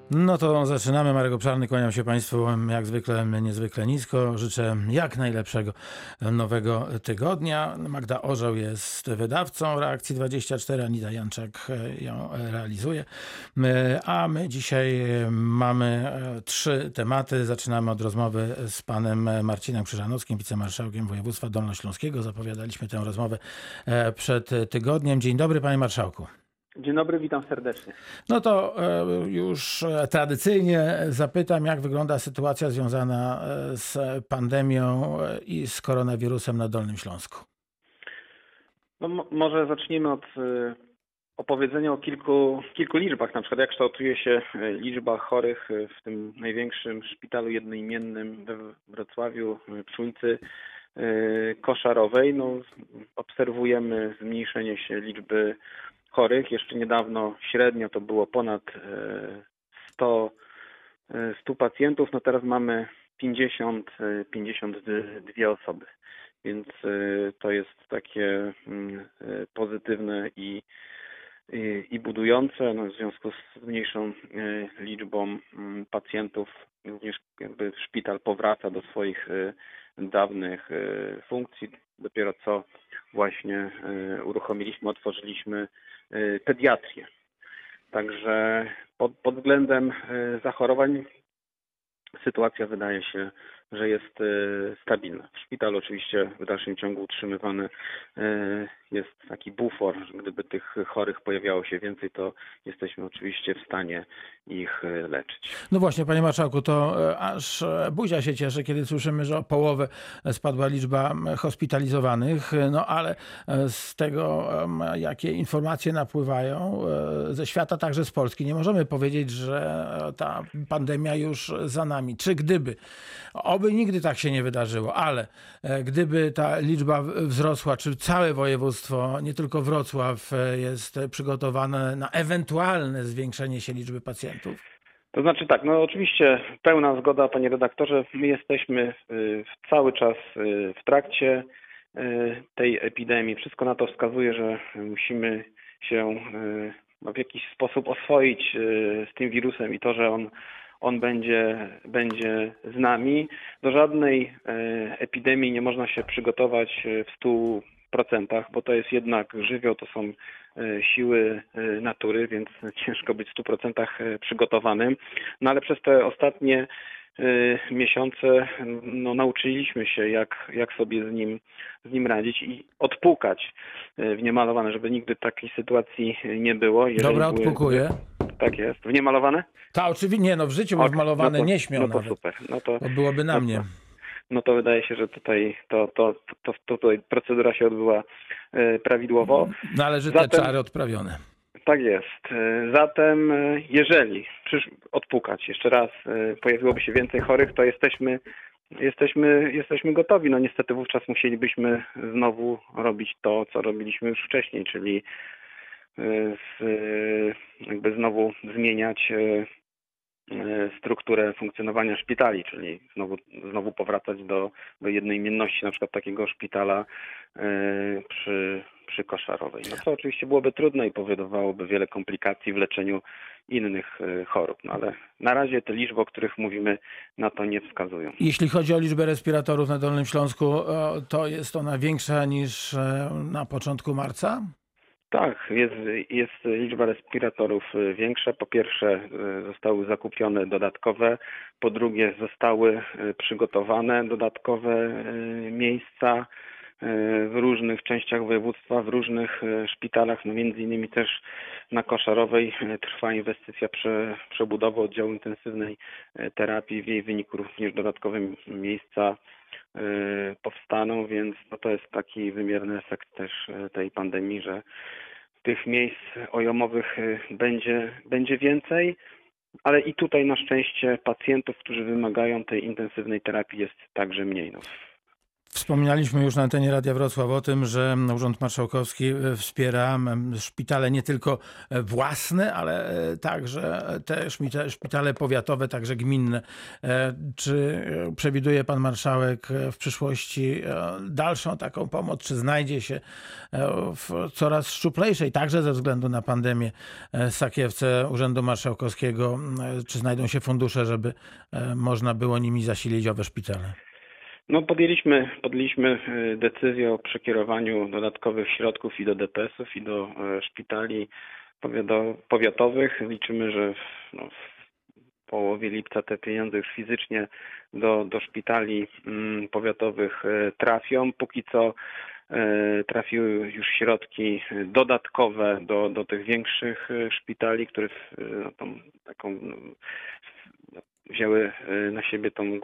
No to zaczynamy. Marek Obszarny, kłaniam się Państwu jak zwykle niezwykle nisko. Życzę jak najlepszego nowego tygodnia. Magda Orzeł jest wydawcą Reakcji 24, Anita Janczak ją realizuje. A my dzisiaj mamy 3 tematy. Zaczynamy od rozmowy z panem Marcinem Krzyżanowskim, wicemarszałkiem województwa dolnośląskiego. Zapowiadaliśmy tę rozmowę przed tygodniem. Dzień dobry, panie marszałku. Dzień dobry, witam serdecznie. No to już tradycyjnie zapytam, jak wygląda sytuacja związana z pandemią i z koronawirusem na Dolnym Śląsku. No, może zacznijmy od opowiedzenia o kilku liczbach. Na przykład jak kształtuje się liczba chorych w tym największym szpitalu jednoimiennym we Wrocławiu, przy ulicy Koszarowej. No, obserwujemy zmniejszenie się liczby chorych. Jeszcze niedawno średnio to było ponad 100 pacjentów. No teraz mamy 52 osoby. Więc to jest takie pozytywne i budujące. No, w związku z mniejszą liczbą pacjentów również jakby szpital powraca do swoich dawnych funkcji. Dopiero co właśnie otworzyliśmy pediatrię. Także pod względem zachorowań sytuacja wydaje się, że jest stabilna. W szpitalu oczywiście w dalszym ciągu utrzymywany jest taki bufor, że gdyby tych chorych pojawiało się więcej, to jesteśmy oczywiście w stanie ich leczyć. No właśnie, panie marszałku, to aż buzia się cieszy, kiedy słyszymy, że o połowę spadła liczba hospitalizowanych, no ale z tego, jakie informacje napływają ze świata, także z Polski, nie możemy powiedzieć, że ta pandemia już za nami. Czy gdyby, oby nigdy tak się nie wydarzyło, ale gdyby ta liczba wzrosła, czy całe województwo, nie tylko Wrocław, jest przygotowane na ewentualne zwiększenie się liczby pacjentów? To znaczy tak, no oczywiście pełna zgoda, panie redaktorze. My jesteśmy cały czas w trakcie tej epidemii. Wszystko na to wskazuje, że musimy się w jakiś sposób oswoić z tym wirusem i to, że on będzie z nami. Do żadnej epidemii nie można się przygotować w 100%, bo to jest jednak żywioł, to są siły natury, więc ciężko być w 100% przygotowanym. No ale przez te ostatnie miesiące no, nauczyliśmy się, jak sobie z nim radzić i odpukać w niemalowane, żeby nigdy takiej sytuacji nie było. Dobra, odpukuję. Tak jest. W niemalowane? Tak, oczywiście, nie, no w życiu był wmalowane, nie śmiał no to nawet. super. To byłoby na mnie. No to wydaje się, że tutaj tutaj procedura się odbyła prawidłowo. Należyte czary odprawione. Tak jest. Zatem jeżeli odpukać jeszcze raz pojawiłoby się więcej chorych, to jesteśmy gotowi. No niestety wówczas musielibyśmy znowu robić to, co robiliśmy już wcześniej, czyli jakby znowu zmieniać strukturę funkcjonowania szpitali, czyli znowu powracać do jednoimienności, na przykład takiego szpitala przy Koszarowej. No co oczywiście byłoby trudne i powodowałoby wiele komplikacji w leczeniu innych chorób, no ale na razie te liczby, o których mówimy, na to nie wskazują. Jeśli chodzi o liczbę respiratorów na Dolnym Śląsku, to jest ona większa niż na początku marca? Tak, jest liczba respiratorów większa. Po pierwsze zostały zakupione dodatkowe, po drugie zostały przygotowane dodatkowe miejsca w różnych częściach województwa, w różnych szpitalach, no między innymi też na Koszarowej trwa inwestycja przebudowy oddziału intensywnej terapii. W jej wyniku również dodatkowe miejsca powstaną, więc no to jest taki wymierny efekt też tej pandemii, że tych miejsc OJOM-owych będzie więcej, ale i tutaj na szczęście pacjentów, którzy wymagają tej intensywnej terapii jest także mniej. No. Wspominaliśmy już na antenie Radia Wrocław o tym, że Urząd Marszałkowski wspiera szpitale nie tylko własne, ale także te szpitale powiatowe, także gminne. Czy przewiduje pan marszałek w przyszłości dalszą taką pomoc? Czy znajdzie się w coraz szczuplejszej, także ze względu na pandemię, sakiewce Urzędu Marszałkowskiego? Czy znajdą się fundusze, żeby można było nimi zasilić owe szpitale? No, podjęliśmy decyzję o przekierowaniu dodatkowych środków i do DPS-ów, i do szpitali powiatowych. Liczymy, że w połowie lipca te pieniądze już fizycznie do szpitali powiatowych trafią. Póki co trafiły już środki dodatkowe do tych większych szpitali, które wzięły na siebie tą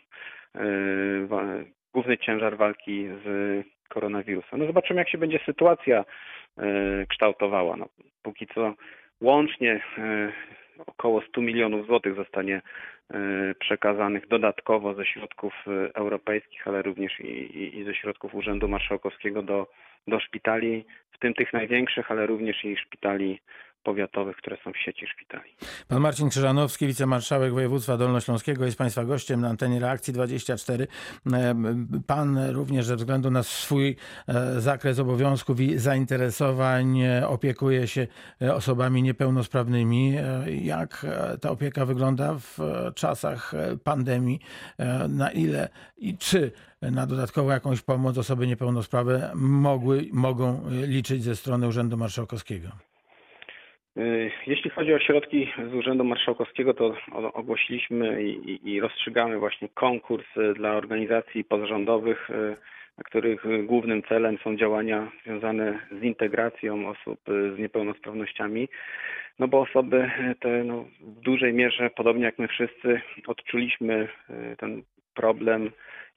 główny ciężar walki z koronawirusem. No zobaczymy, jak się będzie sytuacja kształtowała. No, póki co łącznie około 100 milionów złotych zostanie przekazanych dodatkowo ze środków europejskich, ale również i ze środków Urzędu Marszałkowskiego do szpitali, w tym tych największych, ale również i szpitali powiatowych, które są w sieci szpitali. Pan Marcin Krzyżanowski, wicemarszałek województwa dolnośląskiego, jest państwa gościem na antenie Reakcji 24. Pan również ze względu na swój zakres obowiązków i zainteresowań opiekuje się osobami niepełnosprawnymi. Jak ta opieka wygląda w czasach pandemii? Na ile i czy na dodatkową jakąś pomoc osoby niepełnosprawne mogą liczyć ze strony Urzędu Marszałkowskiego? Jeśli chodzi o środki z Urzędu Marszałkowskiego, to ogłosiliśmy i rozstrzygamy właśnie konkurs dla organizacji pozarządowych, których głównym celem są działania związane z integracją osób z niepełnosprawnościami. No bo osoby te w dużej mierze, podobnie jak my wszyscy, odczuliśmy ten problem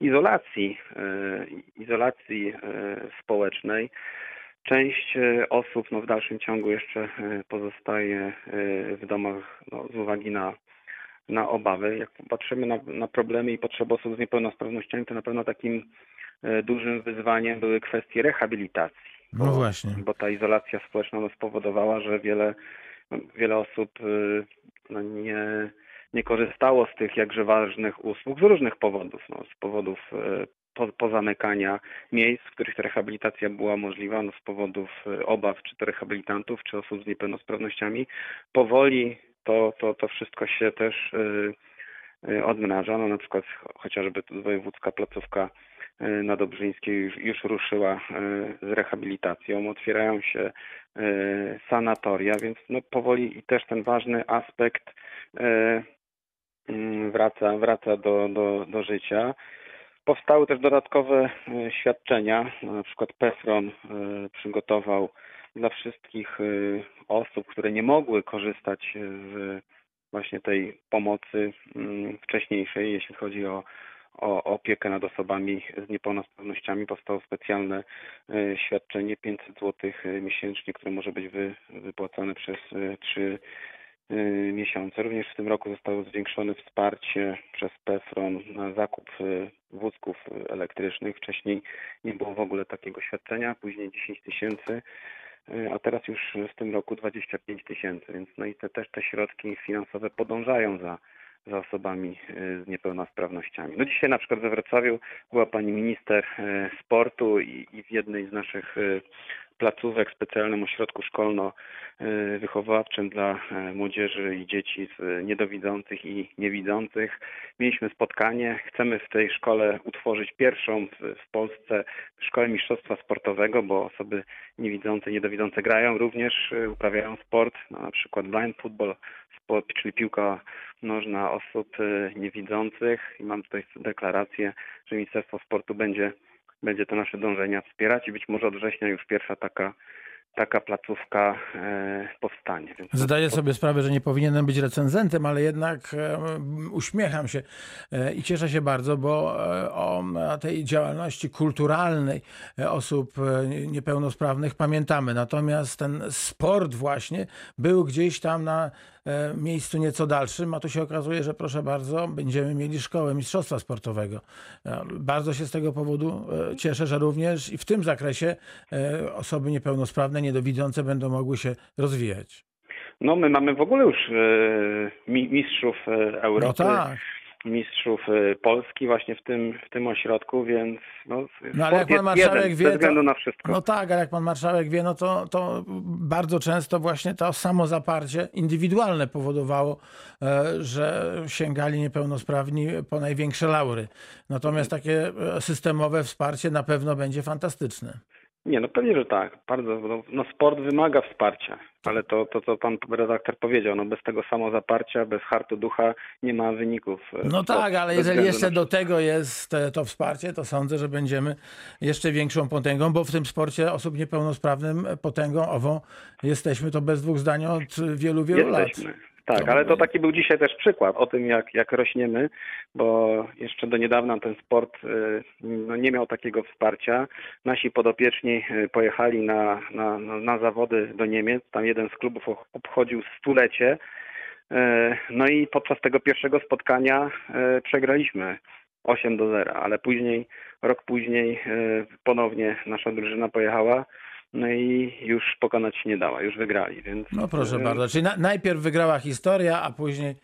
izolacji społecznej. Część osób w dalszym ciągu jeszcze pozostaje w domach z uwagi na obawy. Jak patrzymy na problemy i potrzeby osób z niepełnosprawnościami, to na pewno takim dużym wyzwaniem były kwestie rehabilitacji. No właśnie. Bo ta izolacja społeczna spowodowała, że wiele osób nie korzystało z tych jakże ważnych usług z różnych powodów. Z powodów pozamykania miejsc, w których ta rehabilitacja była możliwa, z powodów obaw czy to rehabilitantów, czy osób z niepełnosprawnościami. Powoli to wszystko się też odmraża. Na przykład chociażby wojewódzka placówka na Dobrzyńskiej już ruszyła z rehabilitacją. Otwierają się sanatoria, więc powoli i też ten ważny aspekt wraca do życia. Powstały też dodatkowe świadczenia. Na przykład PFRON przygotował dla wszystkich osób, które nie mogły korzystać z właśnie tej pomocy wcześniejszej, jeśli chodzi o opiekę nad osobami z niepełnosprawnościami. Powstało specjalne świadczenie 500 zł miesięcznie, które może być wypłacane przez 3 miesiące. Również w tym roku zostało zwiększone wsparcie przez PFRON na zakup wózków elektrycznych. Wcześniej nie było w ogóle takiego świadczenia, później 10 000, a teraz już w tym roku 25 000, więc też te środki finansowe podążają za osobami z niepełnosprawnościami. Dzisiaj na przykład we Wrocławiu była pani minister sportu i w jednej z naszych placówek, specjalnym ośrodku szkolno-wychowawczym dla młodzieży i dzieci niedowidzących i niewidzących. Mieliśmy spotkanie. Chcemy w tej szkole utworzyć pierwszą w Polsce szkołę mistrzostwa sportowego, bo osoby niewidzące, niedowidzące grają również, uprawiają sport, na przykład blind football, czyli piłka nożna osób niewidzących. I mam tutaj deklarację, że Ministerstwo Sportu będzie te nasze dążenia wspierać i być może od września już pierwsza taka placówka powstanie. Więc zdaję sobie sprawę, że nie powinienem być recenzentem, ale jednak uśmiecham się i cieszę się bardzo, bo o tej działalności kulturalnej osób niepełnosprawnych pamiętamy. Natomiast ten sport właśnie był gdzieś tam miejscu nieco dalszym, a tu się okazuje, że proszę bardzo, będziemy mieli szkołę mistrzostwa sportowego. Bardzo się z tego powodu cieszę, że również i w tym zakresie osoby niepełnosprawne, niedowidzące będą mogły się rozwijać. No my mamy w ogóle już mistrzów Europy. No tak. Mistrzów Polski właśnie w tym ośrodku, więc No ale sport jak pan jest marszałek jeden, wie, ze względu na wszystko. no tak, ale jak pan marszałek wie, no to bardzo często właśnie to samozaparcie indywidualne powodowało, że sięgali niepełnosprawni po największe laury. Natomiast takie systemowe wsparcie na pewno będzie fantastyczne. Nie, no pewnie, że tak. Bardzo. No sport wymaga wsparcia, ale to co pan redaktor powiedział, no bez tego samozaparcia, bez hartu ducha nie ma wyników. No tak, ale jeżeli jeszcze do tego jest to wsparcie, to sądzę, że będziemy jeszcze większą potęgą, bo w tym sporcie osób niepełnosprawnym potęgą ową jesteśmy, to bez dwóch zdań od wielu, wielu lat. Tak, ale to taki był dzisiaj też przykład o tym, jak rośniemy, bo jeszcze do niedawna ten sport no, nie miał takiego wsparcia. Nasi podopieczni pojechali na zawody do Niemiec, tam jeden z klubów obchodził stulecie, no i podczas tego pierwszego spotkania przegraliśmy 8-0, ale później, rok później ponownie nasza drużyna pojechała. No i już pokonać się nie dała, już wygrali. Więc, no proszę bardzo, czyli najpierw wygrała historia, a później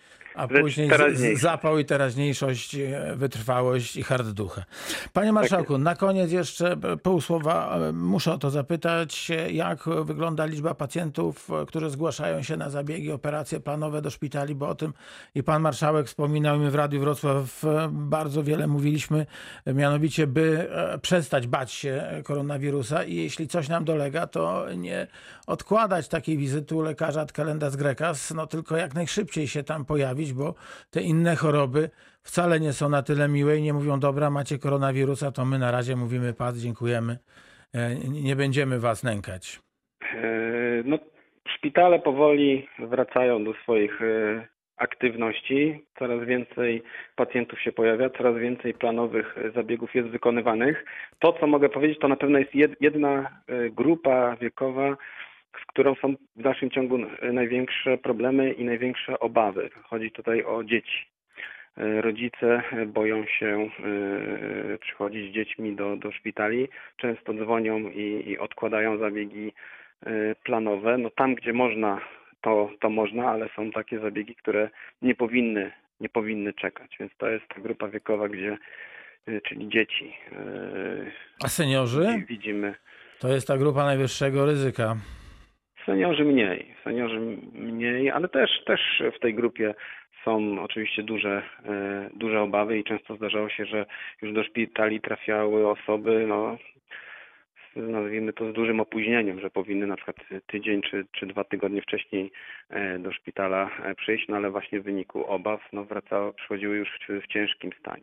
zapał i teraźniejszość, wytrwałość i hart ducha. Panie marszałku, na koniec jeszcze pół słowa. Muszę o to zapytać, jak wygląda liczba pacjentów, którzy zgłaszają się na zabiegi, operacje planowe do szpitali, bo o tym i pan marszałek wspominał, i my w Radiu Wrocław bardzo wiele mówiliśmy, mianowicie by przestać bać się koronawirusa i jeśli coś nam dolega, to nie odkładać takiej wizyty u lekarza ad calendas graecas, no tylko jak najszybciej się tam pojawić, bo te inne choroby wcale nie są na tyle miłe i nie mówią, dobra, macie koronawirusa, to my na razie mówimy, dziękujemy, nie będziemy was nękać. No, szpitale powoli wracają do swoich aktywności, coraz więcej pacjentów się pojawia, coraz więcej planowych zabiegów jest wykonywanych. To, co mogę powiedzieć, to na pewno jest jedna grupa wiekowa, z którą są w dalszym ciągu największe problemy i największe obawy. Chodzi tutaj o dzieci. Rodzice boją się przychodzić z dziećmi do szpitali. Często dzwonią i odkładają zabiegi planowe. No tam, gdzie można, to można, ale są takie zabiegi, które nie powinny czekać. Więc to jest ta grupa wiekowa, czyli dzieci. A seniorzy? Widzimy. To jest ta grupa najwyższego ryzyka. Seniorzy mniej, ale też w tej grupie są oczywiście duże obawy i często zdarzało się, że już do szpitali trafiały osoby, no nazwijmy to z dużym opóźnieniem, że powinny na przykład tydzień czy 2 tygodnie wcześniej do szpitala przyjść, no ale właśnie w wyniku obaw przychodziły już w ciężkim stanie.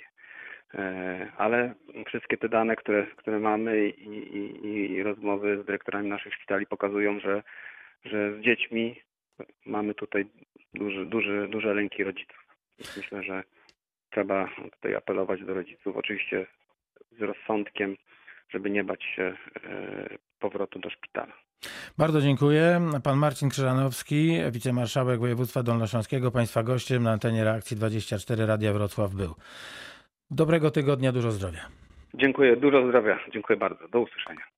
Ale wszystkie te dane, które mamy i rozmowy z dyrektorami naszych szpitali pokazują, że z dziećmi mamy tutaj duże lęki rodziców. Myślę, że trzeba tutaj apelować do rodziców, oczywiście z rozsądkiem, żeby nie bać się powrotu do szpitala. Bardzo dziękuję. Pan Marcin Krzyżanowski, wicemarszałek województwa dolnośląskiego, państwa gościem na antenie Reakcji 24 Radia Wrocław był. Dobrego tygodnia, dużo zdrowia. Dziękuję, dużo zdrowia. Dziękuję bardzo. Do usłyszenia.